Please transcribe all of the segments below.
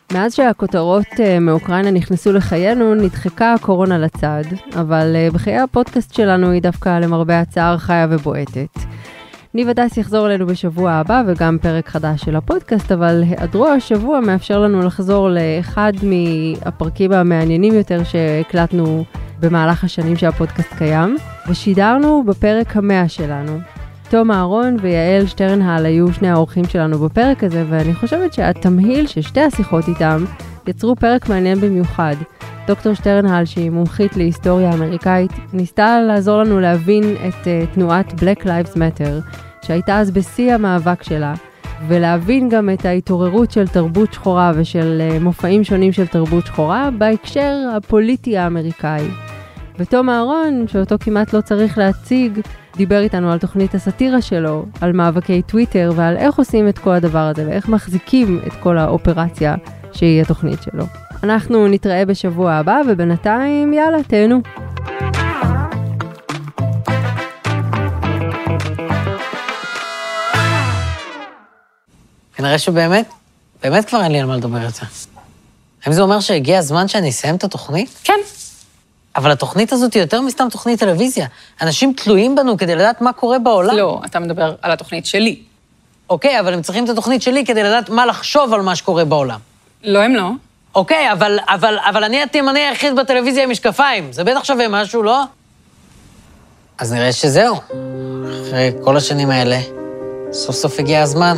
מאז שהכותרות מאוקראינה נכנסו לחיינו, נדחקה הקורונה לצד, אבל בחיי הפודקאסט שלנו היא דווקא למרבה הצער חיה ובועטת. ניב הדס יחזור אלינו בשבוע הבא וגם פרק חדש של הפודקאסט, אבל היעדרו השבוע מאפשר לנו לחזור לאחד מהפרקים המעניינים יותר שהקלטנו במהלך השנים שהפודקאסט קיים, ושידרנו בפרק 100 שלנו. תום אהרון ויעל שטרנהל היו שני האורחים שלנו בפרק הזה, ואני חושבת שהתמהיל של שתי השיחות איתם יצרו פרק מעניין במיוחד. דוקטור שטרנהל, שהיא מומחית להיסטוריה אמריקאית, ניסתה לעזור לנו להבין את תנועת Black Lives Matter, שהייתה אז בשיא המאבק שלה, ולהבין גם את ההתעוררות של תרבות שחורה ושל מופעים שונים של תרבות שחורה בהקשר הפוליטי האמריקאי. ותום אהרון, שאותו כמעט לא צריך להציג, דיבר איתנו על תוכנית הסאטירה שלו, על מאבקי טוויטר ועל איך עושים את כל הדבר הזה ואיך מחזיקים את כל האופרציה שהיא התוכנית שלו. אנחנו נתראה בשבוע הבא, ובינתיים יאללה, תהנו. כנראה שבאמת כבר אין לי על מה לדבר את זה. האם זה אומר שהגיע הזמן שאני אסיים את התוכנית? כן. אבל התוכנית הזאת היא יותר מסתם תוכנית טלוויזיה. אנשים תלויים בנו כדי לדעת מה קורה בעולם. לא, אתה מדבר על התוכנית שלי. אוקיי, אבל הם צריכים את התוכנית שלי כדי לדעת מה לחשוב על מה שקורה בעולם. לא, הם לא. אוקיי, אבל אני התימני היחיד בטלוויזיה עם משקפיים. זה בטח שווה משהו, לא? אז נראה שזהו. אחרי כל השנים האלה, סוף סוף הגיע הזמן.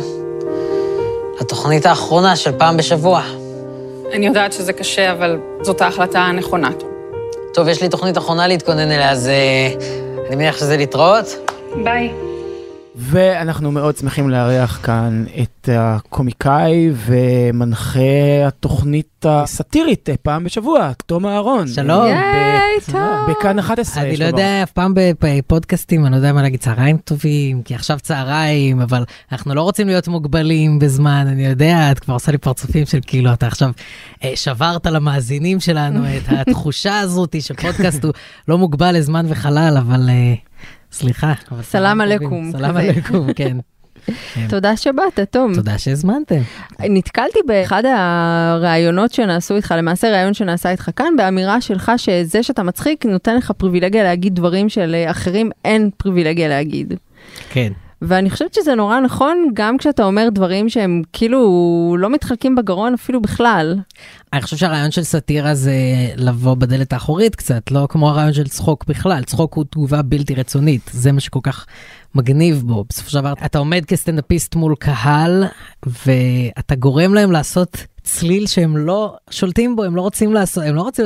התוכנית האחרונה של פעם בשבוע. אני יודעת שזה קשה, אבל זאת ההחלטה הנכונה. טוב, יש לי תוכנית אחרונה להתכונן אליה, אז אני מניח שזה להתראות. ביי. ואנחנו מאוד שמחים לארח כאן את הקומיקאי ומנחה התוכנית הסאטירית פעם בשבוע, תום אהרון. שלום. בכאן 11. אני לא יודע, אף פעם בפודקאסטים, אני לא יודע מה להגיד, צהריים טובים, כי עכשיו צהריים, אבל אנחנו לא רוצים להיות מוגבלים בזמן, אני יודע, את כבר עושה לי פרצופים של כאילו, אתה עכשיו שברת למאזינים שלנו את התחושה הזאת שפודקאסט הוא לא מוגבל לזמן וחלל, אבל... סליחה. סלאם עליכום. סלאם עליכום, כן. תודה שבאת, תום. תודה שהזמנתם. נתקלתי באחד הראיונות שנעשו איתך, למעשה ראיון שנעשה איתך כאן, באמירה שלך שזה שאתה מצחיק נותן לך פריבילגיה להגיד דברים שלאחרים אין פריבילגיה להגיד. כן. ואני חושבת שזה נורא נכון, גם כשאתה אומר דברים שהם כאילו לא מתחלקים בגרון אפילו בכלל. אני חושב שהרעיון של סאטירה זה לבוא בדלת האחורית קצת, לא כמו הרעיון של צחוק בכלל. צחוק הוא תגובה בלתי רצונית, זה מה שכל כך מגניב בו. בסופו של דבר, אתה עומד כסטנדאפיסט מול קהל, ואתה גורם להם לעשות צליל שהם לא שולטים בו, הם לא רוצים לעשות,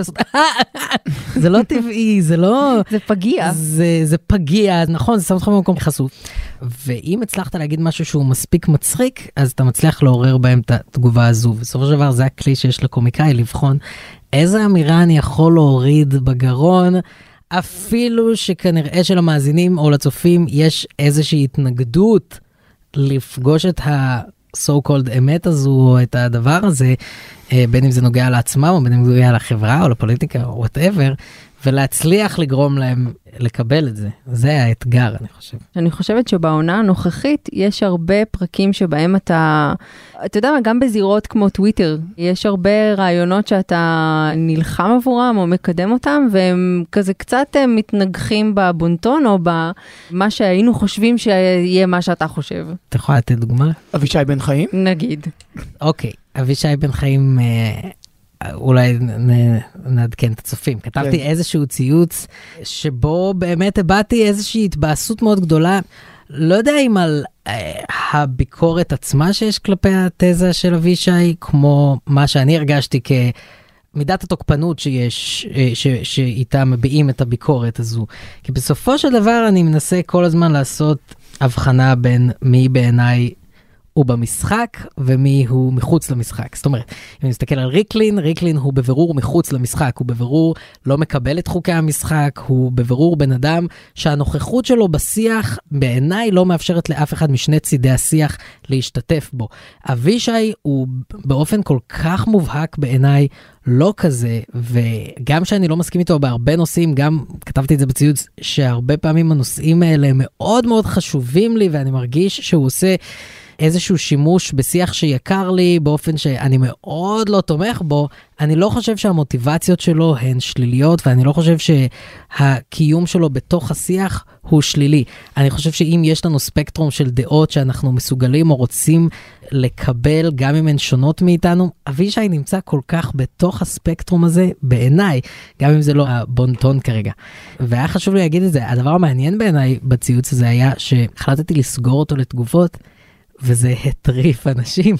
זה לא טבעי, זה לא... זה פגיע. זה פגיע, נכון, זה שם אותך במקום חשוף. ואם הצלחת להגיד משהו שהוא מספיק מצחיק, אז אתה מצליח לעורר בהם את התגובה הזו. בסופו של דבר זה הכלי שיש לקומיקאי לבחון איזה אמירה אני יכול להוריד בגרון, אפילו שכנראה שלמאזינים או לצופים יש איזושהי התנגדות לפגוש את so called אמת הזו, או את הדבר הזה, בין אם זה נוגע לעצמם, או בין אם זה נוגע לחברה, או לפוליטיקה, או whatever, ולהצליח לגרום להם לקבל את זה. זה האתגר, אני חושב. אני חושבת שבעונה הנוכחית יש הרבה פרקים שבהם אתה יודע מה, גם בזירות כמו טוויטר, יש הרבה רעיונות שאתה נלחם עבורם או מקדם אותם, והם כזה קצת מתנגחים בבונטון, או במה שהיינו חושבים שיהיה מה שאתה חושב. אתה יכול לתת דוגמה? אבישי בן חיים? נגיד. אוקיי, אבישי בן חיים... אולי נעדכן את הצופים. כתבתי איזשהו ציוץ שבו באמת הבאתי איזושהי התבאסות מאוד גדולה. לא יודע אם על הביקורת עצמה שיש כלפי התזה של אבישי, כמו מה שאני הרגשתי כמידת התוקפנות שיש, שאיתה מביעים את הביקורת הזו. כי בסופו של דבר אני מנסה כל הזמן לעשות הבחנה בין מי בעיניי הוא במשחק, ומי הוא מחוץ למשחק. זאת אומרת, אם אני מסתכל על ריקלין הוא בבירור מחוץ למשחק, הוא בבירור לא מקבל את חוקי המשחק, הוא בבירור בן אדם שהנוכחות שלו בשיח, בעיניי לא מאפשרת לאף אחד משני צידי השיח להשתתף בו. אבישי הוא באופן כל כך מובהק בעיניי לא כזה, וגם שאני לא מסכים איתו בהרבה נושאים, גם כתבתי את זה בציוץ, שהרבה פעמים הנושאים האלה מאוד מאוד חשובים לי, ואני מרגיש שהוא עושה איזשהו שימוש בשיח שיקר לי, באופן שאני מאוד לא תומך בו, אני לא חושב שהמוטיבציות שלו הן שליליות, ואני לא חושב שהקיום שלו בתוך השיח הוא שלילי. אני חושב שאם יש לנו ספקטרום של דעות שאנחנו מסוגלים או רוצים לקבל, גם אם הן שונות מאיתנו, אבישי נמצא כל כך בתוך הספקטרום הזה, בעיניי, גם אם זה לא הבונטון כרגע. והיה חשוב לי להגיד את זה, הדבר המעניין בעיניי בציוץ הזה היה שהחלטתי לסגור אותו לתגובות, וזה הטריף אנשים.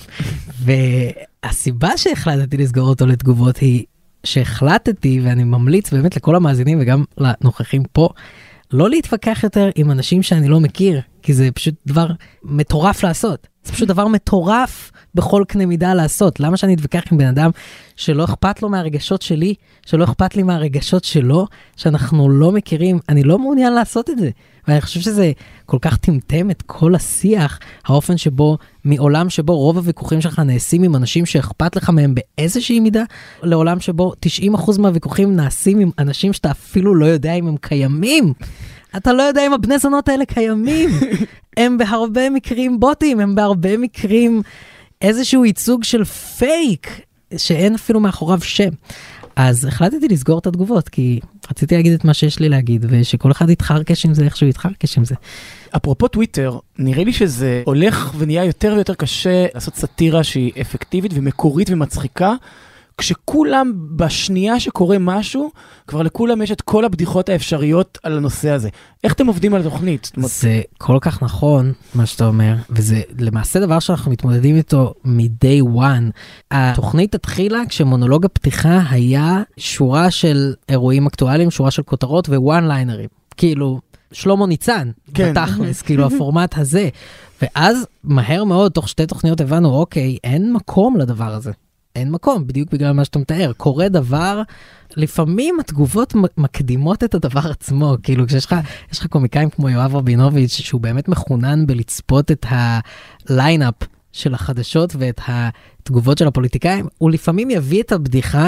והסיבה שהחלטתי לסגור אותו לתגובות היא שהחלטתי, ואני ממליץ באמת לכל המאזינים וגם לנוכחים פה, לא להתווכח יותר עם אנשים שאני לא מכיר, כי זה פשוט דבר מטורף לעשות. זה פשוט דבר מטורף בכל קנה מידה לעשות. למה שאני אתווכח עם בן אדם שלא אכפת לו מהרגשות שלי, שלא אכפת לי מהרגשות שלו, שאנחנו לא מכירים? אני לא מעוניין לעשות את זה. ואני חושב שזה כל כך טמטם את כל השיח, האופן שבו, מעולם שבו רוב הוויכוחים שלך נעשים עם אנשים שאכפת לך מהם באיזושהי מידה, לעולם שבו 90% מהוויכוחים נעשים עם אנשים שאתה אפילו לא יודע אם הם קיימים. אתה לא יודע אם הבני זונות האלה קיימים. הם בהרבה מקרים בוטים, הם בהרבה מקרים איזשהו ייצוג של פייק, שאין אפילו מאחוריו שם. אז החלטתי לסגור את התגובות, כי רציתי להגיד את מה שיש לי להגיד, ושכל אחד יתחרקש עם זה, איכשהו יתחרקש עם זה. אפרופו טוויטר, נראה לי שזה הולך ונהיה יותר ויותר קשה לעשות סאטירה שהיא אפקטיבית ומקורית ומצחיקה, כשכולם בשנייה שקורה משהו, כבר לכולם יש את כל הבדיחות האפשריות על הנושא הזה. איך אתם עובדים על התוכנית? זה כל כך נכון, מה שאתה אומר, וזה למעשה דבר שאנחנו מתמודדים איתו מ-day one. התוכנית התחילה כשמונולוג הפתיחה היה שורה של אירועים אקטואליים, שורה של כותרות ו-one-lineרים. כאילו, שלמה ניצן, בתכלס, כאילו הפורמט הזה. ואז מהר מאוד, תוך 2 תוכניות הבנו, אוקיי, אין מקום לדבר הזה. אין מקום, בדיוק בגלל מה שאתה מתאר. קורה דבר, לפעמים התגובות מקדימות את הדבר עצמו. כאילו, כשיש לך קומיקאים כמו יואב רבינוביץ', שהוא באמת מחונן בלצפות את הליינאפ של החדשות ואת התגובות של הפוליטיקאים, הוא לפעמים יביא את הבדיחה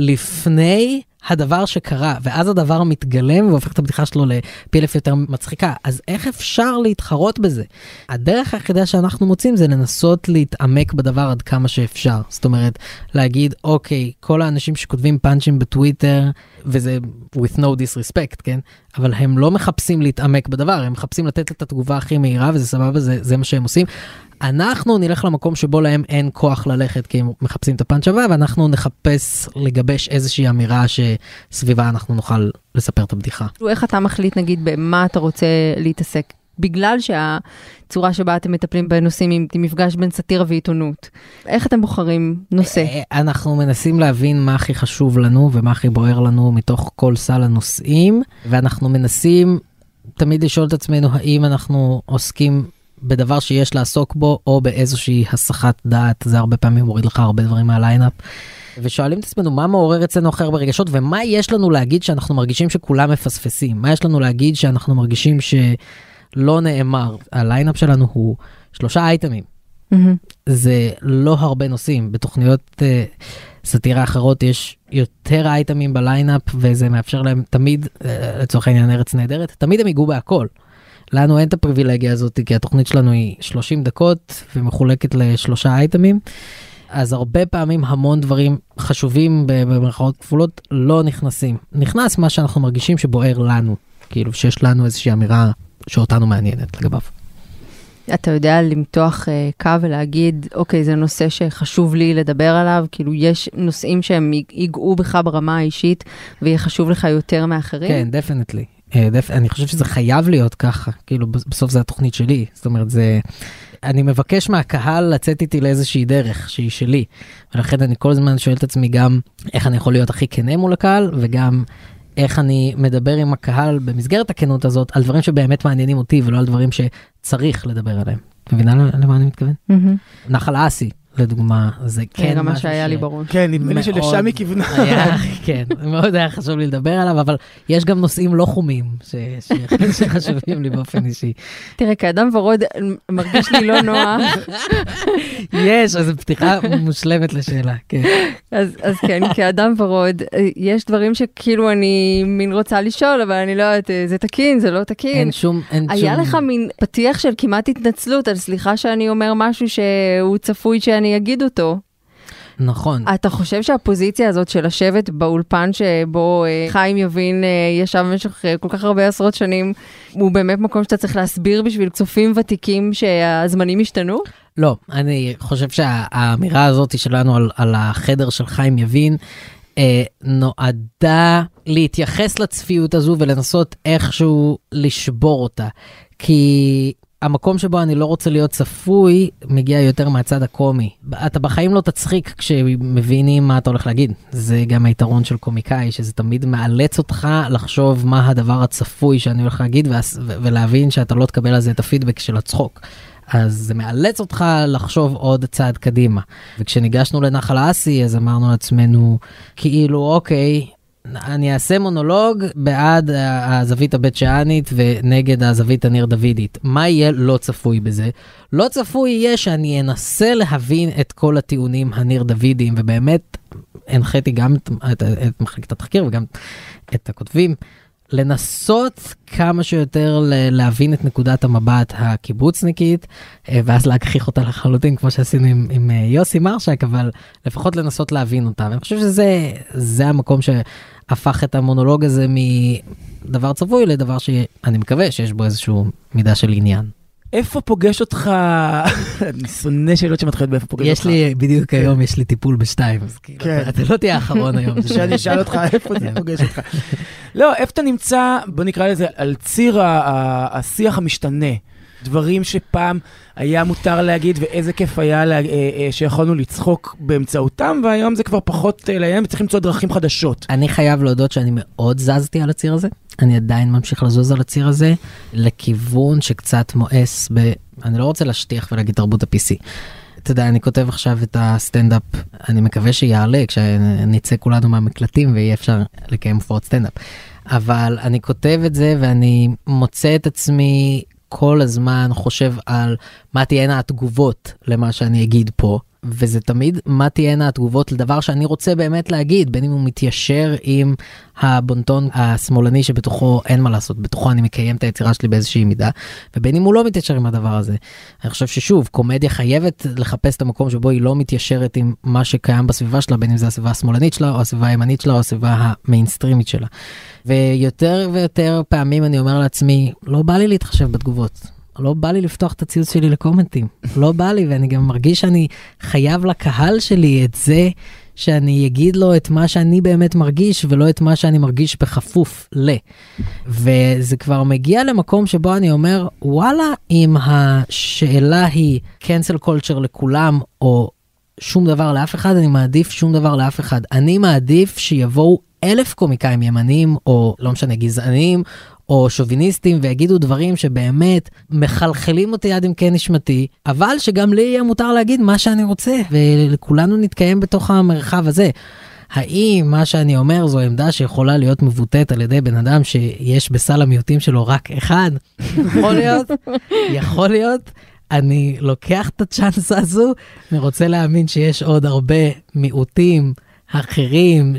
לפני הדבר שקרה, ואז הדבר מתגלם והופך את הבדיחה שלו לפי אלף יותר מצחיקה. אז איך אפשר להתחרות בזה? הדרך היחידה שאנחנו מוצאים זה לנסות להתעמק בדבר עד כמה שאפשר. זאת אומרת, להגיד, אוקיי, כל האנשים שכותבים פאנצ'ים בטוויטר, וזה with no disrespect, כן? אבל הם לא מחפשים להתעמק בדבר, הם מחפשים לתת את התגובה הכי מהירה, וזה סבבה, זה מה שהם עושים. אנחנו נלך למקום שבו להם אין כוח ללכת, כי הם מחפשים את הפאנץ' הבא, ואנחנו נחפש לגבש איזושהי אמירה שסביבה אנחנו נוכל לספר את הבדיחה. איך אתה מחליט, נגיד, במה אתה רוצה להתעסק? בגלל שהצורה שבה אתם מטפלים בנושאים היא מפגש בין סאטירה ועיתונות. איך אתם בוחרים נושא? אנחנו מנסים להבין מה הכי חשוב לנו, ומה הכי בוער לנו מתוך כל סל הנושאים, ואנחנו מנסים תמיד לשאול את עצמנו, האם אנחנו עוסקים בדבר שיש לעסוק בו, או באיזושהי הסחת דעת. זה הרבה פעמים מוריד לך הרבה דברים מהליינאפ. ושואלים את עצמנו מה מעורר אצלנו אחר ברגשות, ומה יש לנו להגיד שאנחנו מרגישים שכולם מפספסים. מה יש לנו להגיד שאנחנו מרגישים שלא נאמר. הליינאפ שלנו הוא 3 אייטמים. זה לא הרבה נושאים. בתוכניות סאטירה אחרות יש יותר אייטמים בליינאפ, וזה מאפשר להם תמיד, לצורך העניין ארץ נהדרת, תמיד הם ייגעו בהכל. לנו אין את הפריבילגיה הזאת, כי התוכנית שלנו היא 30 דקות, ומחולקת ל3 אייטמים, אז הרבה פעמים המון דברים חשובים במרכאות כפולות לא נכנסים. נכנס מה שאנחנו מרגישים שבוער לנו, כאילו שיש לנו איזושהי אמירה שאותנו מעניינת לגביו. אתה יודע למתוח קו ולהגיד, אוקיי, זה נושא שחשוב לי לדבר עליו, כאילו יש נושאים שהם ייגעו בך ברמה האישית, ויהיה חשוב לך יותר מאחרים? כן, דפנטלי. אני חושב שזה חייב להיות ככה, כאילו בסוף זה התוכנית שלי, זאת אומרת אני מבקש מהקהל לצאת איתי לאיזושהי דרך שהיא שלי, ולכן אני כל הזמן שואל את עצמי גם איך אני יכול להיות הכי כנה מול הקהל, וגם איך אני מדבר עם הקהל במסגרת הכנות הזאת, על דברים שבאמת מעניינים אותי, ולא על דברים שצריך לדבר עליהם. מבינה למה אני מתכוון? נחל אסי, לדוגמה, זה כן גם מה שהיה לי בראש. כן, נדמה לי שלשם היא כיוונה. כן, מאוד היה חשוב לי לדבר עליו, אבל יש גם נושאים לא חומים שחשובים לי באופן אישי. תראה, כאדם ורוד מרגיש לי לא נוח. יש, אז זו פתיחה מושלמת לשאלה, כן. אז כן, כאדם ורוד, יש דברים שכאילו אני מין רוצה לשאול, אבל אני לא יודעת, זה תקין, זה לא תקין. אין שום... היה לך מין פתיח של כמעט התנצלות, על סליחה שאני אומר משהו שהוא צפוי שאני אגיד אותו. נכון. אתה חושב שהפוזיציה הזאת של לשבת באולפן שבו חיים יבין ישב במשך כל כך הרבה עשרות שנים, הוא באמת מקום שאתה צריך להסביר בשביל צופים ותיקים שהזמנים השתנו? לא, אני חושב שהאמירה הזאת שלנו על החדר של חיים יבין, נועדה להתייחס לצפיות הזו ולנסות איכשהו לשבור אותה. כי המקום שבו אני לא רוצה להיות צפוי, מגיע יותר מהצד הקומי. אתה בחיים לא תצחיק כשמבינים מה אתה הולך להגיד. זה גם היתרון של קומיקאי, שזה תמיד מאלץ אותך לחשוב מה הדבר הצפוי שאני הולך להגיד, ולהבין שאתה לא תקבל על זה את הפידבק של הצחוק. אז זה מאלץ אותך לחשוב עוד צעד קדימה. וכשניגשנו לנחל האסי, אז אמרנו לעצמנו, כאילו, אוקיי, אני אעשה מונולוג בעד הזווית הבית שענית ונגד הזווית הניר דוידית. מה יהיה לא צפוי בזה? לא צפוי יהיה שאני אנסה להבין את כל הטיעונים הניר דוידיים, ובאמת הנחיתי גם את מחלקת התחקיר וגם את הכותבים, לנסות כמה שיותר להבין את נקודת המבט הקיבוצניקית, ואז להכחיך אותה לחלוטין, כמו שעשינו עם יוסי מרשק, אבל לפחות לנסות להבין אותה. ואני חושב שזה המקום שהפך את המונולוג הזה מדבר צבוי לדבר שאני מקווה שיש בו איזשהו מידה של עניין. איפה פוגש אותך, אני שונא שאלות שמתחילות באיפה פוגש אותך. יש לי, בדיוק היום יש לי טיפול בשתיים, אז כאילו, אתה לא תהיה האחרון היום. שאני אשאל אותך איפה זה פוגש אותך. לא, איפה אתה נמצא, בוא נקרא לזה, על ציר השיח המשתנה. דברים שפעם היה מותר להגיד, ואיזה כיף היה שיכולנו לצחוק באמצעותם, והיום זה כבר פחות להם, וצריך למצוא דרכים חדשות. אני חייב להודות שאני מאוד זזתי על הציר הזה. אני עדיין ממשיך לזוז על הציר הזה, לכיוון שקצת מואס אני לא רוצה להשטיח ולהגיד תרבות ה-PC. אתה יודע, אני כותב עכשיו את הסטנדאפ, אני מקווה שיעלה כשניצא כולנו מהמקלטים ויהיה אפשר לקיים הופעות סטנדאפ. אבל אני כותב את זה ואני מוצא את עצמי כל הזמן חושב על מה תהיינה התגובות למה שאני אגיד פה, וזה תמיד מה תהיינה התגובות לדבר שאני רוצה באמת להגיד, בין אם הוא מתיישר עם הבונטון השמאלני שבתוכו אין מה לעשות, בתוכו אני מקיים את היצירה שלי באיזושהי מידה, ובין אם הוא לא מתיישר עם הדבר הזה. אני חושב ששוב, קומדיה חייבת לחפש את המקום שבו היא לא מתיישרת עם מה שקיים בסביבה שלה, בין אם זה הסביבה השמאלנית שלה, או הסביבה הימנית שלה, או הסביבה המיינסטרימית שלה. ויותר ויותר פעמים אני אומר לעצמי, לא בא לי להתחשב בתגובות. לא בא לי לפתוח את הציוץ שלי לקומנטים. לא בא לי, ואני גם מרגיש שאני חייב לקהל שלי את זה, שאני אגיד לו את מה שאני באמת מרגיש, ולא את מה שאני מרגיש בכפוף ל. וזה כבר מגיע למקום שבו אני אומר, וואלה, אם השאלה היא cancel culture לכולם, או שום דבר לאף אחד, אני מעדיף שום דבר לאף אחד. אני מעדיף שיבואו 1,000 קומיקאים ימנים, או לא משנה, גזענים, או שוביניסטים, ויגידו דברים שבאמת מחלחלים אותי עד עמקי נשמתי, אבל שגם לי יהיה מותר להגיד מה שאני רוצה, ולכולנו נתקיים בתוך המרחב הזה. האם מה שאני אומר זו עמדה שיכולה להיות מבוטאת על ידי בן אדם שיש בסל המיעוטים שלו רק אחד? יכול להיות, יכול להיות. אני לוקח את הצ'אנס הזו, ורוצה להאמין שיש עוד הרבה מיעוטים אחרים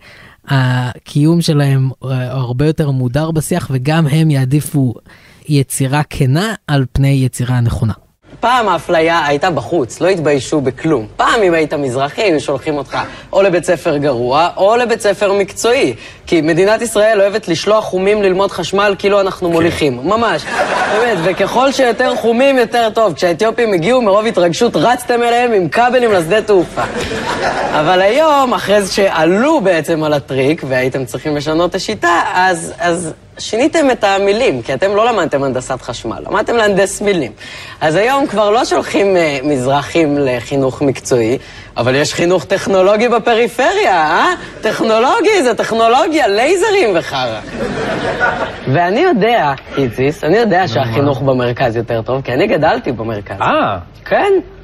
שהקיום שלהם הרבה יותר מודר בשיח, וגם הם יעדיפו יצירה כנה על פני יצירה נכונה. פעם האפליה הייתה בחוץ, לא התביישו בכלום. פעם אם היית מזרחי, הם שולחים אותך או לבית ספר גרוע, או לבית ספר מקצועי. כי מדינת ישראל אוהבת לשלוח חומים ללמוד חשמל כאילו אנחנו מוליכים. ממש. באמת, וככל שיותר חומים יותר טוב. כשהאתיופים הגיעו מרוב התרגשות, רצתם אליהם עם כבלים לשדה תעופה. אבל היום, אחרי זה שעלו בעצם על הטריק, והייתם צריכים לשנות את השיטה, אז שיניתם את המילים, כי אתם לא למדתם הנדסת חשמל, למדתם להנדס מילים. אז היום כבר לא שולחים מזרחים לחינוך מקצועי, אבל יש חינוך טכנולוגי בפריפריה, טכנולוגי, זה טכנולוגיה, לייזרים וחרה. ואני יודע, קיציס, אני יודע שהחינוך במרכז יותר טוב, כי אני גדלתי במרכז. כן,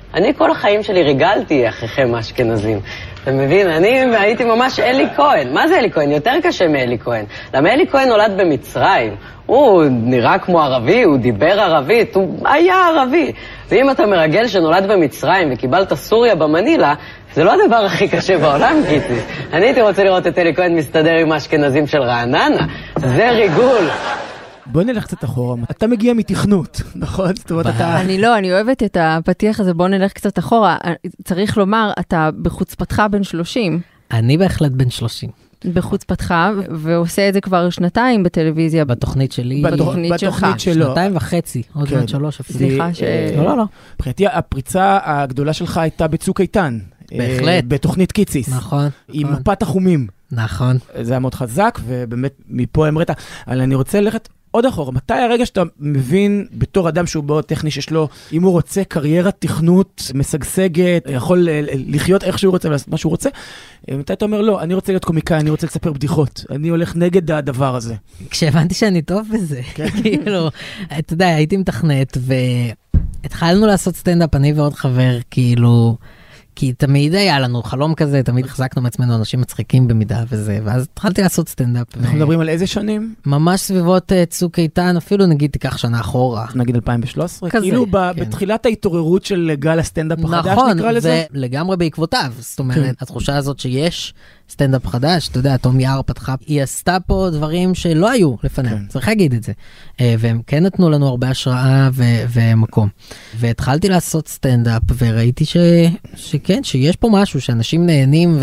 אני כל החיים שלי ריגלתי אחיכם האשכנזים. אתה מבין? אני הייתי ממש אלי כהן. מה זה אלי כהן? יותר קשה מאלי כהן. למה אלי כהן נולד במצרים? הוא נראה כמו ערבי, הוא דיבר ערבית, הוא היה ערבי. ואם אתה מרגל שנולד במצרים וקיבלת סוריה במנילה, זה לא הדבר הכי קשה בעולם, קיציס. אני הייתי רוצה לראות את אלי כהן מסתדר עם האשכנזים של רעננה. זה ריגול. בוא נלך קצת אחורה. אתה מגיע מתכנות, נכון? זאת אומרת, אתה... אני אוהבת את הפתיח הזה, בוא נלך קצת אחורה. צריך לומר, אתה בחוצפתך בן 30. אני בהחלט בן 30. בחוצפתך, ועושה את זה כבר שנתיים בטלוויזיה. בתוכנית שלי. בתוכנית שלך. 2.5, עוד מעט 3 אפילו. סליחה ש... לא. מבחינתי, הפריצה הגדולה שלך הייתה בצוק איתן. בהחלט. בתוכנית קיציס. נכון. עם מפת החומים. נכון. זה היה מאוד חזק, ובאמת מפה אמרת, אבל אני רוצה ללכת עוד אחורה. מתי הרגע שאתה מבין, בתור אדם שהוא מאוד טכני, שיש לו, אם הוא רוצה קריירת תכנות משגשגת, יכול לחיות איך שהוא רוצה ולעשות מה שהוא רוצה, מתי אתה אומר, לא, אני רוצה להיות קומיקאי, אני רוצה לספר בדיחות, אני הולך נגד הדבר הזה. כשהבנתי שאני טוב בזה, כאילו, אתה יודע, הייתי מתכנת, והתחלנו לעשות סטנדאפ, אני ועוד חבר, כאילו, כי תמיד היה לנו חלום כזה, תמיד החזקנו מעצמנו אנשים מצחיקים במידה וזה, ואז התחלתי לעשות סטנדאפ. אנחנו מדברים על איזה שנים? ממש סביבות צוק איתן, אפילו נגיד תיקח שנה אחורה. נגיד 2013? כזה. כאילו בתחילת ההתעוררות של גל הסטנדאפ החדש, נקרא לזה? נכון, זה לגמרי בעקבותיו. זאת אומרת, התחושה הזאת שיש סטנדאפ חדש, אתה יודע, תום יער פתחה, היא עשתה פה דברים שלא היו לפניה, צריך להגיד את זה. והם כן נתנו לנו הרבה השראה ומקום. והתחלתי לעשות סטנדאפ, וראיתי שכן, שיש פה משהו, שאנשים נהנים,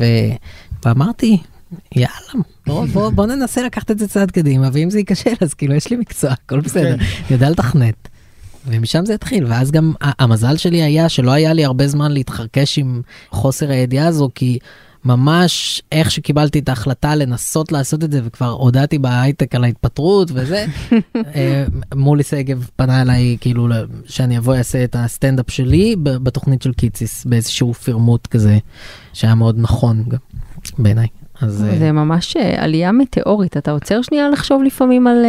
ואמרתי, יאללה, בוא ננסה לקחת את זה צעד קדימה, ואם זה ייכשל, אז כאילו יש לי מקצוע, הכל בסדר, אני יודע לתכנת. ומשם זה התחיל, ואז גם המזל שלי היה שלא היה לי הרבה זמן להתחרקש עם חוסר הידיעה הזו, כי ממש איך שקיבלתי את ההחלטה לנסות לעשות את זה, וכבר הודעתי בהייטק על ההתפטרות וזה, מולי סגב פנה אליי כאילו שאני אבוא יעשה את הסטנדאפ שלי בתוכנית של קיציס, באיזשהו פירמוט כזה, שהיה מאוד נכון גם בעיניי. זה ממש עלייה מטאורית, אתה עוצר שנייה לחשוב לפעמים על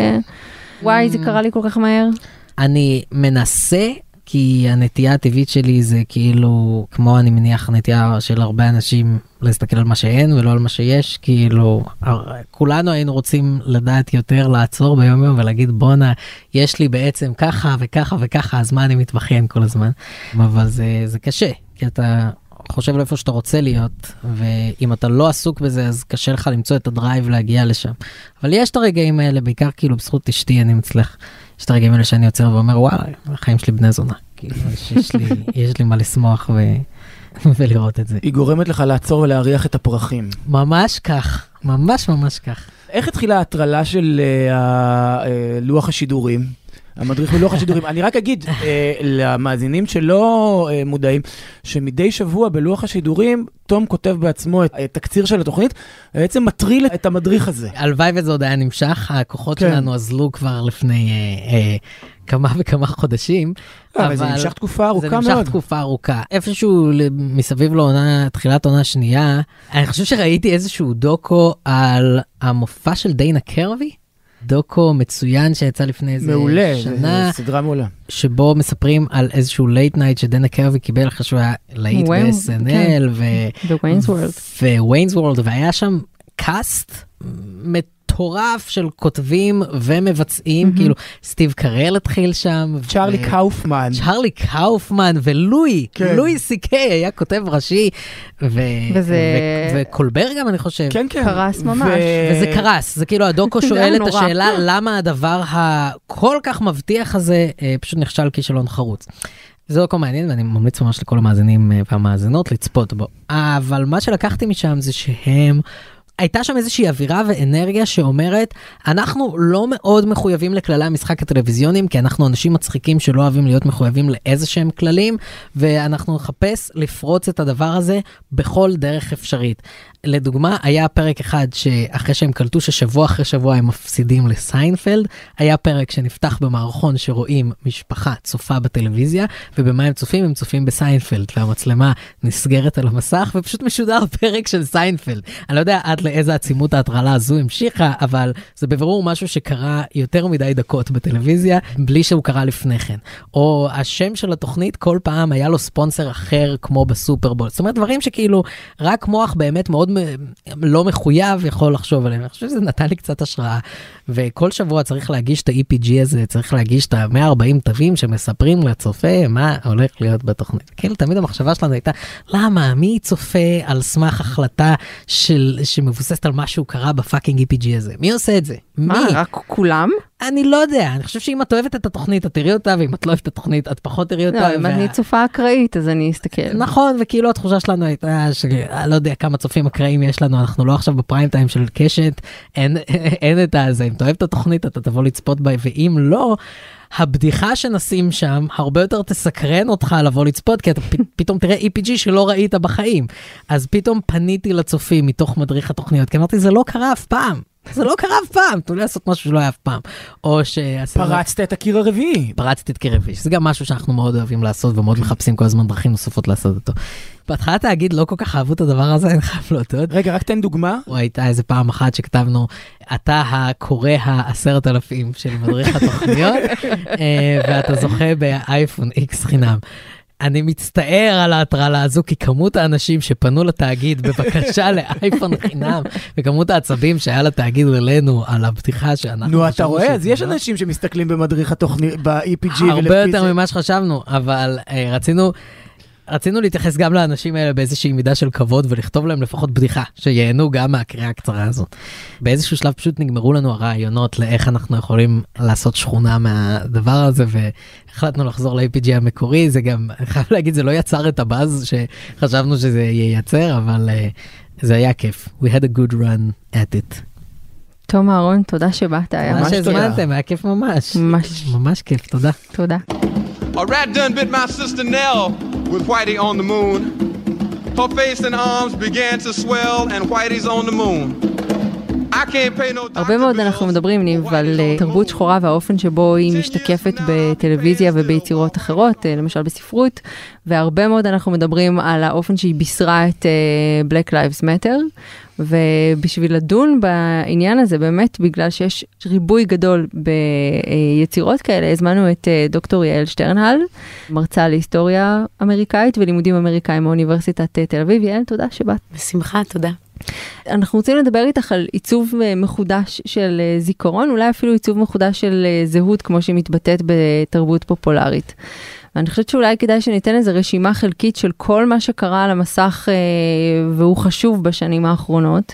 וואי, זה קרה לי כל כך מהר? אני מנסה, כי הנטייה הטבעית שלי זה כאילו, כמו אני מניח הנטייה של הרבה אנשים להסתכל על מה שאין ולא על מה שיש, כאילו, כולנו היינו רוצים לדעת יותר, לעצור ביום יום ולהגיד, בונה, יש לי בעצם ככה וככה וככה, אז מה אני מתבחן כל הזמן? אבל זה קשה, כי אתה חושב לאיפה שאתה רוצה להיות, ואם אתה לא עסוק בזה, אז קשה לך למצוא את הדרייב להגיע לשם. אבל יש את הרגעים האלה, בעיקר כאילו בזכות אשתי, אני מצליח. יש את הרגעים האלה שאני יוצר ואומר, וואלה, החיים שלי בני זונה. כאילו, יש לי מה לשמוח ולראות את זה. היא גורמת לך לעצור ולהריח את הפרחים. ממש כך, ממש כך. איך התחילה ההטרלה של לוח השידורים? המדריך בלוח השידורים. אני רק אגיד למאזינים שלא מודעים, שמדי שבוע בלוח השידורים, תום כותב בעצמו את התקציר של התוכנית, בעצם מטריל את המדריך הזה. הלוואי וזה עוד היה נמשך, הכוחות שלנו עזלו כבר לפני כמה וכמה חודשים. אבל זה נמשך תקופה ארוכה מאוד. זה נמשך תקופה ארוכה. איפשהו מסביב לעונה, תחילת עונה שנייה, אני חושב שראיתי איזשהו דוקו על המופע של דיינה קרבי, דוקו מצוין שיצא לפני איזה מעולה, שנה. סדרה מעולה. שבו מספרים על איזשהו לייט נייט שדיינה קרבי קיבל אחרי שהוא היה להיט ב-SNL וויינס וורלד, והיה שם קאסט מטורף של כותבים ומבצעים, כאילו סטיב קרל התחיל שם. צ'רלי קאופמן ולואי סי-קיי היה כותב ראשי, וקולבר גם אני חושב. כן, קרס ממש. וזה קרס, זה כאילו הדוקו שואל את השאלה למה הדבר הכל כך מבטיח הזה פשוט נכשל כישלון חרוץ. זה דוקו מעניין ואני ממליץ ממש לכל המאזינים והמאזינות לצפות בו. אבל מה שלקחתי משם זה שהם הייתה שם איזושהי אווירה ואנרגיה שאומרת, אנחנו לא מאוד מחויבים לכללי המשחק הטלוויזיונים, כי אנחנו אנשים מצחיקים שלא אוהבים להיות מחויבים לאיזה שהם כללים, ואנחנו נחפש לפרוץ את הדבר הזה בכל דרך אפשרית. לדוגמה, היה פרק אחד שאחרי שהם קלטו ששבוע אחרי שבוע הם מפסידים לסיינפלד, היה פרק שנפתח במערכון שרואים משפחה צופה בטלוויזיה, ובמה הם צופים? הם צופים בסיינפלד, והמצלמה נסגרת על המסך, ופשוט משודר פרק של סיינפלד. אני לא יודע עד לאיזה עצימות ההטרלה הזו המשיכה, אבל זה בברור משהו שקרה יותר מדי דקות בטלוויזיה, בלי שהוא קרה לפני כן. או השם של התוכנית כל פעם היה לו ספונסר אחר כמו בסופרבול. זאת אומרת, דברים שכאילו רק מוח באמת מאוד לא מחויב יכול לחשוב עליהם. אני חושב שזה נתן לי קצת השראה, וכל שבוע צריך להגיש את ה-EPG הזה, צריך להגיש את ה-140 תווים שמספרים לצופה מה הולך להיות בתוכנית. כאילו, תמיד המחשבה שלנו הייתה, למה? מי צופה על סמך החלטה שמבוססת על משהו קרה בפאקינג EPG הזה? מי עושה את זה? מה, מי? רק כולם? אני לא יודע, אני חושב שאם את אוהבת את התוכנית, את תראי אותה, ואם את לא אוהבת את התוכנית, את פחות תראי אותה. לא, אם אני צופה אקראית, אז אני אסתכל. נכון, וכאילו התחושה שלנו הייתה, לא יודע כמה צופים אקראיים יש לנו, אנחנו לא עכשיו בפריים טיים של קשת, אין את הזה, אם אתה אוהב את התוכנית, אתה תבוא לצפות בה, ואם לא, הבדיחה שנשים שם, הרבה יותר תסקרן אותך לבוא לצפות, כי אתה פתאום תראה EPG שלא ראית בחיים. אז פתאום פניתי לצופים מתוך מדריך התוכניות, כי אמרתי, זה לא קרה אף פעם. זה לא קרה אף פעם, תנו לי לעשות משהו שלא היה אף פעם. או פרצת את הקיר הרביעי. פרצתי את קיר הרביעי, שזה גם משהו שאנחנו מאוד אוהבים לעשות, ומאוד מחפשים כל הזמן דרכים נוספות לעשות אותו. בהתחלת להגיד, לא כל כך אהבו את הדבר הזה, אני חייב להודות. רגע, רק תן דוגמה. או הייתה איזה פעם אחת שכתבנו, אתה הקורא 10,000 של מדריך התוכניות, ואתה זוכה באייפון X חינם. אני מצטער על ההטרלה הזו, כי כמות האנשים שפנו לתאגיד בבקשה לאייפון חינם, וכמות העצבים שהיה לתאגיד אלינו על הבטיחה שאנחנו... נו, אתה רואה? אז יש אנשים שמסתכלים במדריך התוכנית, ב-EPG. הרבה יותר ממה שחשבנו, אבל רצינו להתייחס גם לאנשים האלה באיזושהי מידה של כבוד, ולכתוב להם לפחות בדיחה, שיהנו גם מהקריאה הקצרה הזאת. באיזשהו שלב פשוט נגמרו לנו הרעיונות לאיך אנחנו יכולים לעשות שכונה מהדבר הזה, והחלטנו לחזור ל-APG המקורי. זה גם, אני חייב להגיד, זה לא יצר את הבאז שחשבנו שזה ייצר, אבל זה היה כיף. We had a good run at it. תום אהרון, תודה שבאת. ממש הזמנתם, היה כיף ממש. ממש כיף, תודה. תודה. A rat done bit my sister Nell with Whitey on the moon. Her face and arms began to swell and Whitey's on the moon. I can't pay no... הרבה מאוד אנחנו מדברים, ניב, על תרבות שחורה והאופן שבו היא משתקפת בטלוויזיה וביצירות אחרות, למשל בספרות, והרבה מאוד אנחנו מדברים על האופן שהיא בישרה את Black Lives Matter, ובשביל לדון בעניין הזה, באמת בגלל שיש ריבוי גדול ביצירות כאלה, הזמנו את דוקטור יעל שטרנהל, מרצה להיסטוריה אמריקאית ולימודים אמריקאים מאוניברסיטת תל אביב. יעל, תודה שבאת. בשמחה, תודה. אנחנו רוצים לדבר איתך על עיצוב מחודש של זיכרון, אולי אפילו עיצוב מחודש של זהות, כמו שהיא מתבטאת בתרבות פופולרית. ואני חושבת שאולי כדאי שניתן איזו רשימה חלקית של כל מה שקרה על המסך והוא חשוב בשנים האחרונות.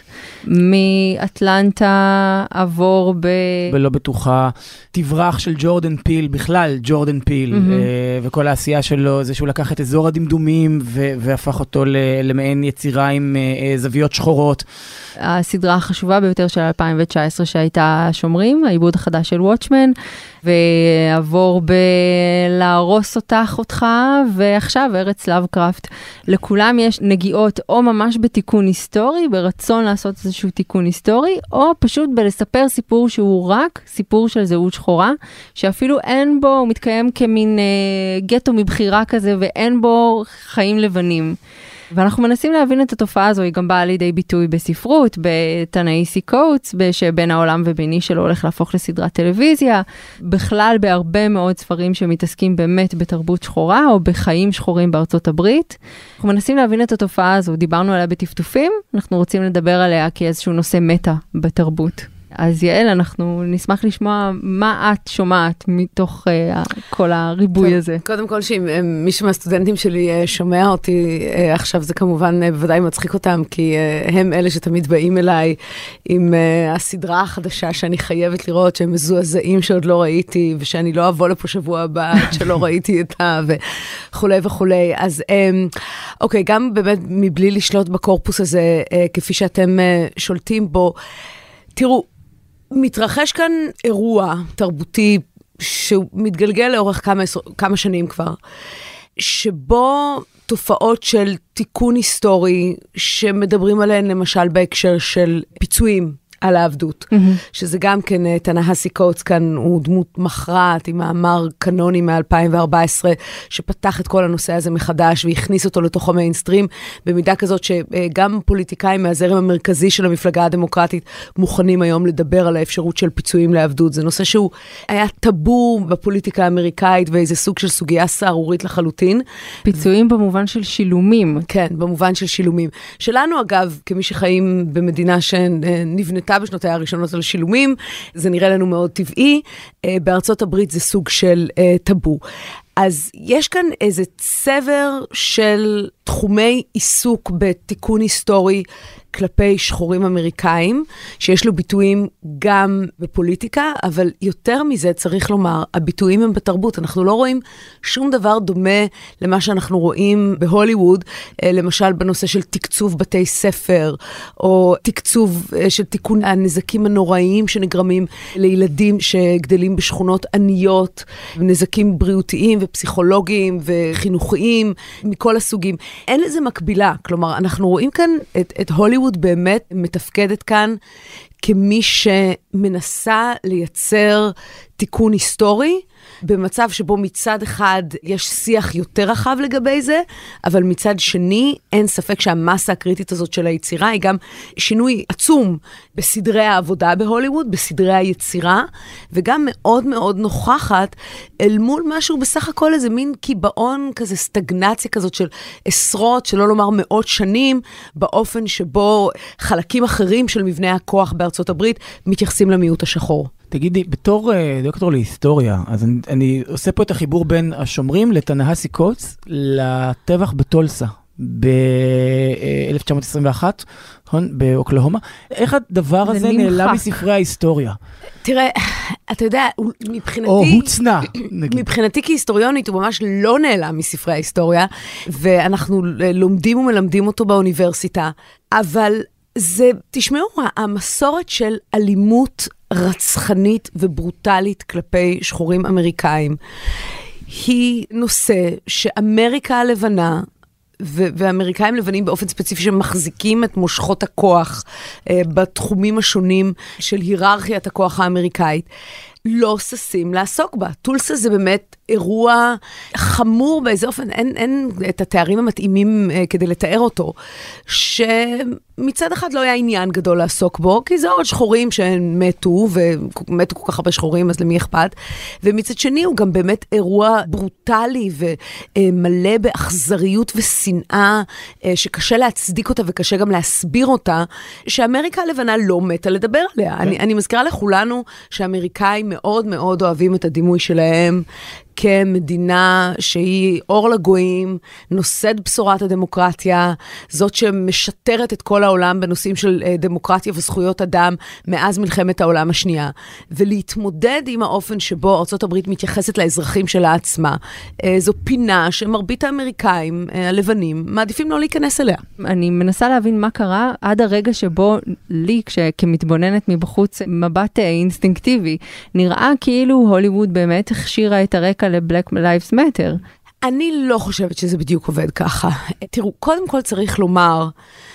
מאטלנטה עבור ולא בטוחה, תברח של ג'ורדן פיל, בכלל ג'ורדן פיל, וכל העשייה שלו זה שהוא לקח את אזור הדמדומים והפך אותו למעין יצירה עם זוויות שחורות. הסדרה החשובה ביותר של 2019 שהייתה שומרים, העיבוד החדש של וואטשמן, ועבור בלהרוס אותך, ועכשיו ארץ לאבקראפט. לכולם יש נגיעות או ממש בתיקון היסטורי, ברצון לעשות איזשהו תיקון היסטורי, או פשוט בלספר סיפור שהוא רק סיפור של זהות שחורה, שאפילו אין בו, הוא מתקיים כמין גטו מבחירה כזה, ואין בו חיים לבנים. ואנחנו מנסים להבין את התופעה הזו, היא גם באה לידי ביטוי בספרות, בתנאיסי קוטס, שבין העולם וביני שלו הולך להפוך לסדרת טלוויזיה, בכלל בהרבה מאוד ספרים שמתעסקים באמת בתרבות שחורה, או בחיים שחורים בארצות הברית. אנחנו מנסים להבין את התופעה הזו, דיברנו עליה בטפטופים, אנחנו רוצים לדבר עליה כאיזשהו נושא מטה בתרבות. אז יעל, אנחנו נשמח לשמוע מה את שומעת מתוך כל הריבוי הזה. קודם כל, שאם מישהו מהסטודנטים שלי שומע אותי עכשיו, זה כמובן בוודאי מצחיק אותם, כי הם אלה שתמיד באים אליי עם הסדרה החדשה שאני חייבת לראות, שהם מזועזעים שעוד לא ראיתי, ושאני לא אבוא לפה שבוע הבא שלא ראיתי אותה, וכולי וכולי. אז אוקיי, גם באמת מבלי לשלוט בקורפוס הזה, כפי שאתם שולטים בו, תראו, מתרחש כאן אירוע תרבותי שמתגלגל לאורך כמה שנים כבר, שבו תופעות של תיקון היסטורי שמדברים עליהן למשל בהקשר של פיצויים על העבדות, שזה גם כן, תנהסי קוטס כאן הוא דמות מכרעת, עם מאמר קנוני מ-2014, שפתח את כל הנושא הזה מחדש, והכניס אותו לתוך המיינסטרים, במידה כזאת שגם פוליטיקאים מהזרם המרכזי של המפלגה הדמוקרטית, מוכנים היום לדבר על האפשרות של פיצויים לעבדות. זה נושא שהוא היה טאבו בפוליטיקה האמריקאית, ואיזה סוג של סוגיה סערורית לחלוטין. פיצויים במובן של שילומים. כן, במובן של שילומים. שלנו, אגב, כמי שחיים במדינה שנבנתה בשנותיה הראשונות על שילומים, זה נראה לנו מאוד טבעי. בארצות הברית זה סוג של טאבו. אז יש כאן איזה צבר של תחומי עיסוק בתיקון היסטורי כלפי שחורים אמריקאים, שיש לו ביטויים גם בפוליטיקה, אבל יותר מזה צריך לומר, הביטויים הם בתרבות. אנחנו לא רואים שום דבר דומה למה שאנחנו רואים בהוליווד, למשל בנושא של תקצוב בתי ספר, או תקצוב של תיקון הנזקים הנוראיים שנגרמים לילדים שגדלים בשכונות עניות, נזקים בריאותיים ופסיכולוגיים וחינוכיים, מכל הסוגים. אין לזה מקבילה, כלומר, אנחנו רואים כאן את הוליווד באמת מתפקדת כאן כמי שמנסה לייצר תיקון היסטורי, במצב שבו מצד אחד יש שיח יותר רחב לגבי זה, אבל מצד שני אין ספק שהמסה הקריטית הזאת של היצירה היא גם שינוי עצום בסדרי העבודה בהוליווד, בסדרי היצירה, וגם מאוד מאוד נוכחת אל מול משהו בסך הכל איזה מין קיבעון כזה, סטגנציה כזאת של עשרות, שלא לומר מאות שנים, באופן שבו חלקים אחרים של מבנה הכוח בארצות הברית מתייחסים למיעוט השחור. תגידי, בתור דוקטור להיסטוריה, אז אני עושה פה את החיבור בין השומרים לתנהסי קוטס לטבח בטולסה ב-1921, באוקלהומה. איך הדבר הזה נעלם מספרי ההיסטוריה? תראה, אתה יודע, מבחינתי... או הוצנע, נגיד. מבחינתי כהיסטוריונית הוא ממש לא נעלם מספרי ההיסטוריה, ואנחנו לומדים ומלמדים אותו באוניברסיטה, אבל זה, תשמעו, המסורת של אלימות רצחנית וברוטלית כלפי שחורים אמריקאים, היא נושא שאמריקה הלבנה, ואמריקאים לבנים באופן ספציפי שמחזיקים את מושכות הכוח בתחומים השונים של היררכיית הכוח האמריקאית, לא ששים לעסוק בה. טולסה זה באמת אירוע חמור באיזה אופן, אין את התארים המתאימים כדי לתאר אותו, שמצד אחד לא היה עניין גדול לעסוק בו, כי זה עוד שחורים שמתו, ומתו כל כך הרבה שחורים, אז למי אכפת? ומצד שני הוא גם באמת אירוע ברוטלי ומלא באכזריות ושנאה, שקשה להצדיק אותה וקשה גם להסביר אותה, שאמריקה הלבנה לא מתה לדבר עליה. אני מזכירה לכולנו שאמריקאים מאוד מאוד אוהבים את הדימוי שלהם, כמדינה שהיא אור לגויים, נושאת בשורת הדמוקרטיה, זאת שמשתרת את כל העולם בנושאים של דמוקרטיה וזכויות אדם מאז מלחמת העולם השנייה, ולהתמודד עם האופן שבו ארצות הברית מתייחסת לאזרחים שלה עצמה. זו פינה שמרבית האמריקאים הלבנים מעדיפים לא להיכנס אליה. אני מנסה להבין מה קרה עד הרגע שבו לי, כמתבוננת מבחוץ, מבט אינסטינקטיבי, נראה כאילו הוליווד באמת הכשירה את הרקע ל-Black Lives Matter. אני לא חושבת שזה בדיוק עובד ככה. תראו, קודם כל צריך לומר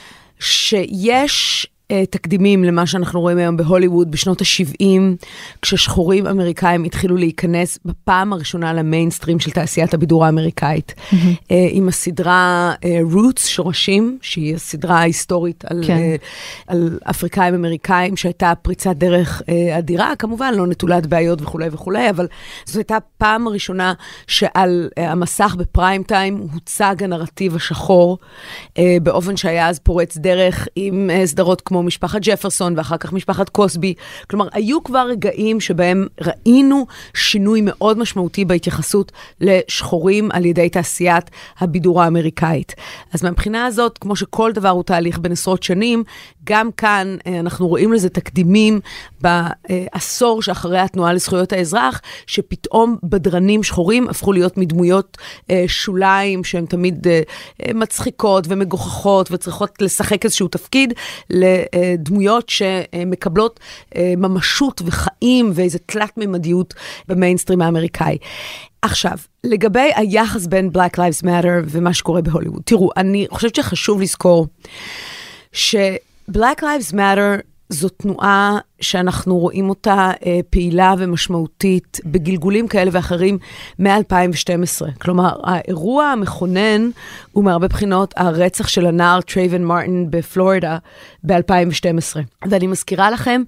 שיש תקדימים למה שאנחנו רואים היום בהוליווד בשנות ה-70, כששחורים אמריקאים התחילו להיכנס בפעם הראשונה למיינסטרים של תעשיית הבידור האמריקאית, עם הסדרה Roots, שורשים, שהיא הסדרה ההיסטורית על אפריקאים אמריקאים, שהייתה פריצת דרך אדירה, כמובן לא נטולת בעיות וכו' וכו', אבל זו הייתה פעם הראשונה שעל המסך בפריים טיים הוצג הנרטיב השחור, באופן שהיה אז פורץ דרך עם סדרות כמו משפחת ג'פרסון, ואחר כך משפחת קוסבי. כלומר, היו כבר רגעים שבהם ראינו שינוי מאוד משמעותי בהתייחסות לשחורים על ידי תעשיית הבידור האמריקאית. אז מהבחינה הזאת, כמו שכל דבר הוא תהליך בין עשרות שנים, גם כאן אנחנו רואים לזה תקדימים בעשור שאחרי התנועה לזכויות האזרח, שפתאום בדרנים שחורים הפכו להיות מדמויות שוליים, שהן תמיד מצחיקות ומגוחכות, וצריכות לשחק איזשהו תפקיד לדמויות שמקבלות ממשות וחיים ואיזו תלת ממדיות במיינסטרים האמריקאי. עכשיו, לגבי היחס בין Black Lives Matter ומה שקורה בהוליווד, תראו, אני חושבת שחשוב לזכור ש-Black Lives Matter זו תנועה שאנחנו רואים אותה פעילה ומשמעותית בגלגולים כאלה ואחרים מ-2012. כלומר, האירוע המכונן הוא מהרבה בחינות הרצח של הנער טרייבן מרטין בפלורידה ב-2012. ואני מזכירה לכם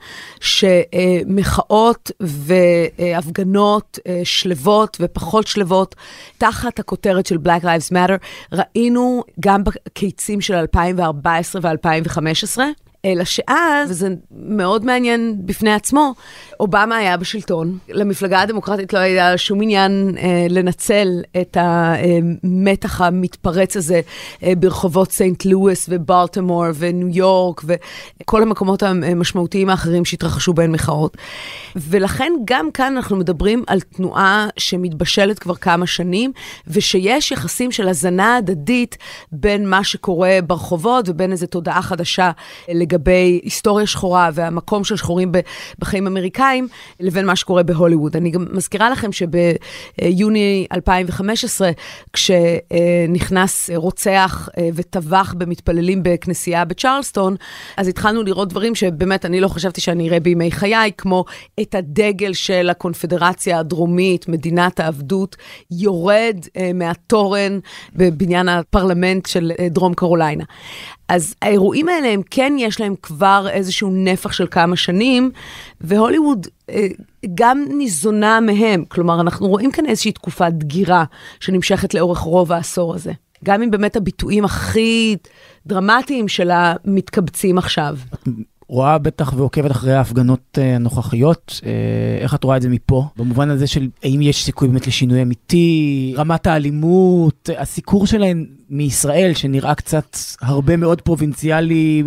שמחאות והפגנות שלבות ופחות שלבות תחת הכותרת של Black Lives Matter ראינו גם בקיצים של 2014 ו-2015, אלא שאז, וזה מאוד מעניין בפני עצמו, אובמה היה בשלטון. למפלגה הדמוקרטית לא היה שום עניין לנצל את המתח המתפרץ הזה ברחובות סנט לואיס ובלטימור וניו יורק וכל המקומות המשמעותיים האחרים שהתרחשו בין מחאות. ולכן גם כאן אנחנו מדברים על תנועה שמתבשלת כבר כמה שנים, ושיש יחסים של הזנה הדדית בין מה שקורה ברחובות ובין איזו תודעה חדשה לגבי היסטוריה שחורה והמקום של שחורים בחיים אמריקאים, לבין מה שקורה בהוליווד. אני גם מזכירה לכם שביוני 2015, כשנכנס רוצח וטבח במתפללים בכנסייה בצ'רלסטון, אז התחלנו לראות דברים שבאמת אני לא חשבתי שאני אראה בימי חיי, כמו את הדגל של הקונפדרציה הדרומית, מדינת העבדות, יורד מהתורן בבניין הפרלמנט של דרום קרוליינה. אז האירועים האלה הם כן יש להם כבר איזשהו נפח של כמה שנים, והוליווד גם ניזונה מהם. כלומר, אנחנו רואים כאן איזושהי תקופת דגירה שנמשכת לאורך רוב העשור הזה. גם אם באמת הביטויים הכי דרמטיים שלה מתקבצים עכשיו. רואה בטח ועוקבת אחרי ההפגנות הנוכחיות, איך את רואה את זה מפה? במובן הזה של האם יש סיכוי באמת לשינוי אמיתי, רמת האלימות, הסיקור שלהן מישראל שנראה קצת הרבה מאוד פרובינציאלי,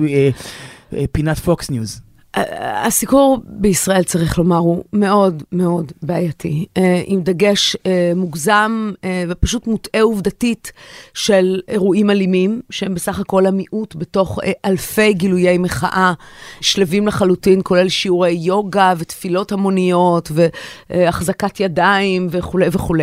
פינת פוקס ניוז. הסיקור בישראל, צריך לומר, הוא מאוד מאוד בעייתי, עם דגש מוגזם ופשוט מוטעה עובדתית של אירועים אלימים, שהם בסך הכל המיעוט בתוך אלפי גילויי מחאה, שלבים לחלוטין, כולל שיעורי יוגה ותפילות המוניות והחזקת ידיים וכו' וכו'.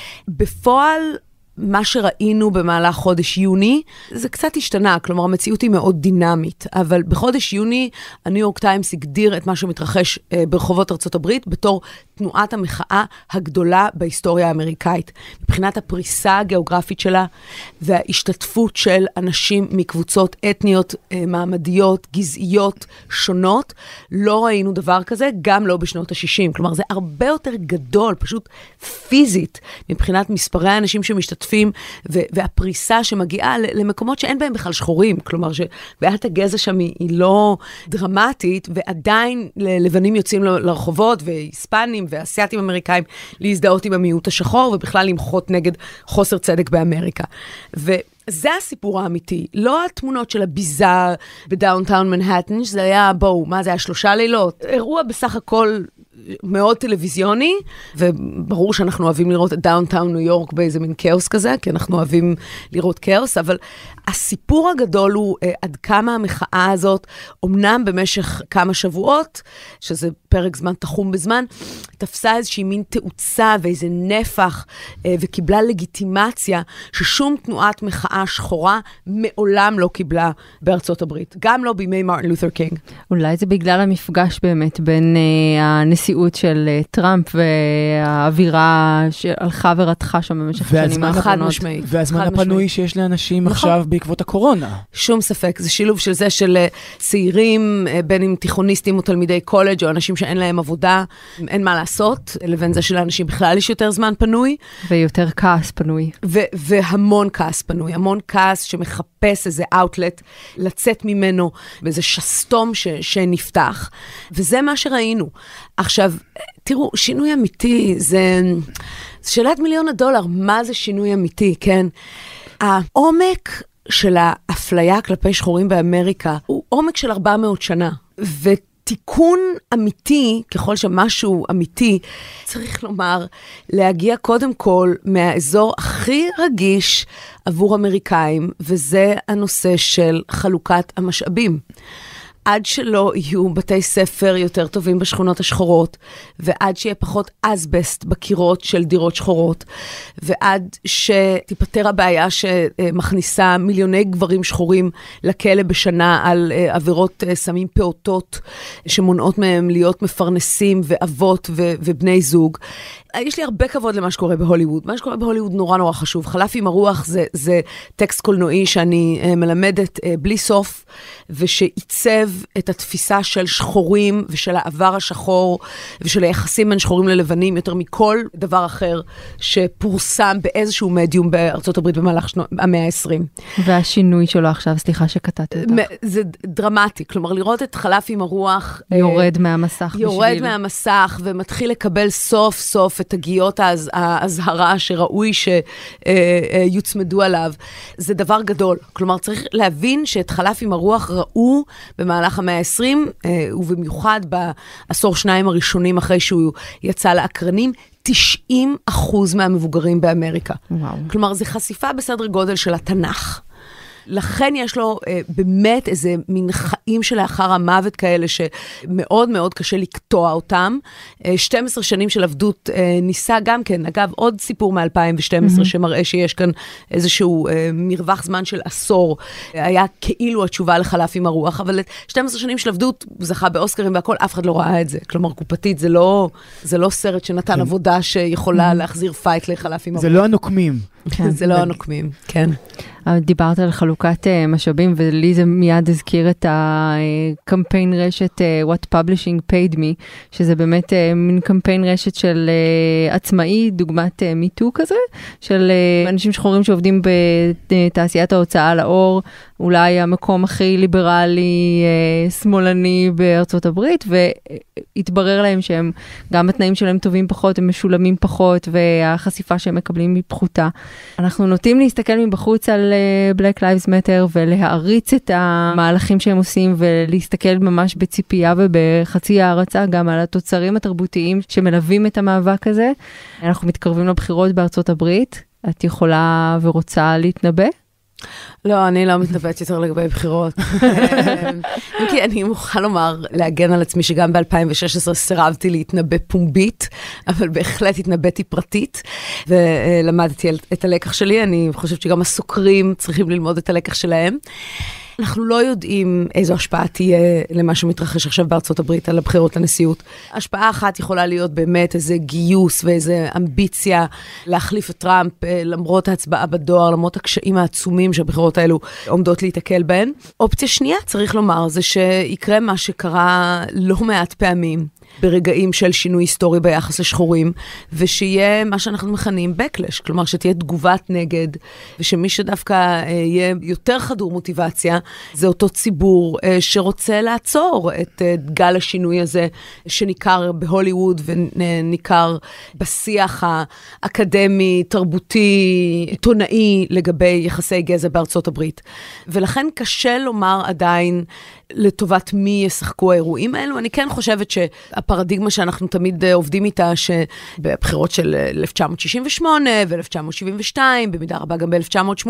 בפועל, מה שראינו במהלך חודש יוני, זה קצת השתנה, כלומר המציאות היא מאוד דינמית, אבל בחודש יוני הניו יורק טיימס הגדיר את מה שמתרחש ברחובות ארצות הברית בתור תנועת המחאה הגדולה בהיסטוריה האמריקאית. מבחינת הפריסה הגיאוגרפית שלה וההשתתפות של אנשים מקבוצות אתניות, מעמדיות, גזעיות, שונות, לא ראינו דבר כזה, גם לא בשנות ה-60. כלומר, זה הרבה יותר גדול, פשוט פיזית, מבחינת מספרי האנשים שמשתתפים, והפריסה שמגיעה למקומות שאין בהם בכלל שחורים. כלומר, שבעיית הגזע שם היא לא דרמטית, ועדיין לבנים יוצאים לרחובות, והיספנים ואסייתים אמריקאים להזדהות עם המיעוט השחור, ובכלל למחות נגד חוסר צדק באמריקה. זה הסיפור האמיתי, לא התמונות של הביזה בדאונטאון מנהטן, שזה היה, מה זה היה 3 לילות? אירוע בסך הכל מאוד טלוויזיוני, וברור שאנחנו אוהבים לראות את דאונטאון ניו יורק באיזה מין כאוס כזה, כי אנחנו אוהבים לראות כאוס, אבל הסיפור הגדול הוא עד כמה המחאה הזאת, אמנם במשך כמה שבועות, שזה פרק זמן תחום בזמן, תפסה איזושהי מין תאוצה ואיזה נפח, וקיבלה לגיטימציה, ששום תנועת מחאה שחורה מעולם לא קיבלה בארצות הברית. גם לא בימי מרטין לותר קינג. אולי זה בגלל המפגש באמת בין הנשיאות של טראמפ והאווירה שהלכה ורתחה שם במשך שנים האחרונות. והזמן הפנוי שיש לאנשים עכשיו בעקבות הקורונה. שום ספק, זה שילוב של זה של צעירים, בין אם תיכוניסטים או תלמידי קולג' או אנשים שאין להם עבודה, אין מה לעשות, לבין זה שלאנשים בכלל יש יותר זמן פנוי. ויותר כעס פנוי. והמון כעס פנוי, המון כעס שמחפש איזה אאוטלט, לצאת ממנו באיזה שסתום שנפתח, וזה מה שראינו. עכשיו, תראו, שינוי אמיתי, זה שאלת $1,000,000, מה זה שינוי אמיתי, כן? העומק של האפליה כלפי שחורים באמריקה הוא עומק של 400 שנה, ותיקון אמיתי, ככל שמשהו אמיתי, צריך לומר, להגיע קודם כל מהאזור הכי רגיש עבור אמריקאים, וזה הנושא של חלוקת המשאבים. עד שלא יהיו בתי ספר יותר טובים בשכונות השחורות, ועד שיהיה פחות אסבסט בקירות של דירות שחורות, ועד שתיפטר הבעיה שמכניסה מיליוני גברים שחורים לכלא בשנה על עבירות סמים פעוטות, שמונעות מהם להיות מפרנסים ואבות ובני זוג. יש לי הרבה כבוד למה שקורה בהוליווד. מה שקורה בהוליווד נורא נורא חשוב. חלף עם הרוח זה טקסט קולנועי שאני מלמדת בלי סוף, ושעיצב את התפיסה של שחורים ושל העבר השחור, ושל היחסים בין שחורים ללבנים, יותר מכל דבר אחר שפורסם באיזשהו מדיום בארצות הברית במהלך המאה ה-20. והשינוי שלו עכשיו, סליחה שקטעתי אותך. זה דרמטי. כלומר, לראות את חלף עם הרוח... יורד מהמסך. יורד מהמסך ומתחיל לקבל סוף סוף את הגיעות ההזהרה שראוי שיוצמדו עליו. זה דבר גדול. כלומר, צריך להבין שאת חלף עם הרוח ראו במהלך המאה ה-20, ובמיוחד בעשור שניים הראשונים אחרי שהוא יצא לאקרנים, 90% מהמבוגרים באמריקה. וואו. כלומר, זו חשיפה בסדר גודל של התנ"ך. לכן יש לו באמת איזה מין חיים שלאחר המוות כאלה שמאוד מאוד קשה לקטוע אותם. 12 שנים של עבדות ניסה גם כן, אגב, עוד סיפור מ-2012 שמראה שיש כאן איזשהו מרווח זמן של עשור. היה כאילו התשובה לחלף עם הרוח, אבל 12 שנים של עבדות זכה באוסקרים והכל, אף אחד לא ראה את זה. כלומר, קופתית זה לא סרט שנתן עבודה שיכולה להחזיר פייט לחלף עם הרוח. זה לא הנוקמים. זה לא הנוקמים, כן. דיברת על חלוקת משאבים, ולי זה מיד הזכיר את הקמפיין רשת What Publishing Paid Me, שזה באמת מין קמפיין רשת של עצמאי, דוגמת מיטו כזה, של אנשים שחורים שעובדים בתעשיית ההוצאה לאור, אולי המקום הכי ליברלי, שמאלני בארצות הברית, והתברר להם שהם, גם התנאים שלהם טובים פחות, הם משולמים פחות, והחשיפה שהם מקבלים היא פחותה. אנחנו נוטים להסתכל מבחוץ על Black Lives Matter ולהעריץ את המהלכים שהם עושים ולהסתכל ממש בציפייה ובחצי הערצה גם על התוצרים התרבותיים שמלווים את המאבק הזה. אנחנו מתקרבים לבחירות בארצות הברית. את יכולה ורוצה להתנבא? לא, אני לא מתנבאת יותר לגבי בחירות. כי אני מוכרחה לומר, להגן על עצמי שגם ב-2016 סירבתי להתנבא פומבית, אבל בהחלט התנבאתי פרטית, ולמדתי את הלקח שלי. אני חושבת שגם הסוקרים צריכים ללמוד את הלקח שלהם. אנחנו לא יודעים איזו השפעה תהיה למה שמתרחש עכשיו בארצות הברית על הבחירות לנשיאות. השפעה אחת יכולה להיות באמת איזה גיוס ואיזה אמביציה להחליף את טראמפ, למרות ההצבעה בדואר, למרות הקשיים העצומים שהבחירות האלו עומדות להתקל בהן. אופציה שנייה, צריך לומר, זה שיקרה מה שקרה לא מעט פעמים ברגעים של שינוי היסטורי ביחס לשחורים, ושיהיה מה שאנחנו מכנים backlash, כלומר שתהיה תגובת נגד, ושמי שדווקא יהיה יותר חדור מוטיבציה, זה אותו ציבור שרוצה לעצור את גל השינוי הזה, שניכר בהוליווד וניכר בשיח האקדמי, תרבותי, עיתונאי לגבי יחסי גזע בארצות הברית. ולכן קשה לומר עדיין לטובת מי ישחקו האירועים האלו. אני כן חושבת שהפרדיגמה שאנחנו תמיד עובדים איתה, שבבחירות של 1968 ו-1972, במידה רבה גם ב-1980,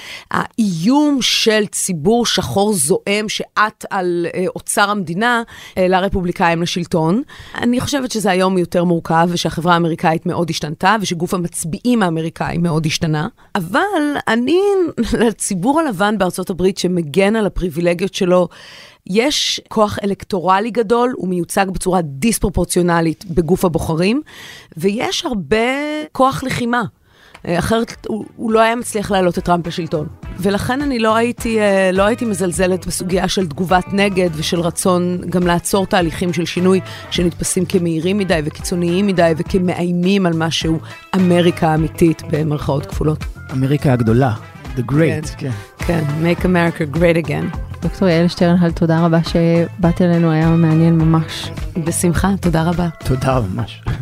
האיום של ציבור שחור זועם שעט על אוצר המדינה לרפובליקאים לשלטון. אני חושבת שזה היום יותר מורכב, ושהחברה האמריקאית מאוד השתנתה, ושגוף המצביעים האמריקאי מאוד השתנה. אבל אני, לציבור הלבן בארצות הברית שמגן על הפריבילגיות שלו, יש כוח אלקטורלי גדול, הוא מיוצג בצורה דיספרופורציונלית בגוף הבוחרים, ויש הרבה כוח לחימה. אחרת הוא לא היה מצליח להעלות את טראמפ לשלטון. ולכן אני לא הייתי מזלזלת בסוגיה של תגובת נגד ושל רצון גם לעצור תהליכים של שינוי שנתפסים כמהירים מדי וקיצוניים מדי וכמאיימים על משהו אמריקה אמיתית במרכאות כפולות. אמריקה הגדולה, the great. כן, make America great again. דוקטור יעל שטרנהל, תודה רבה שבאת אלינו, היה מעניין ממש. בשמחה, תודה רבה. תודה ממש.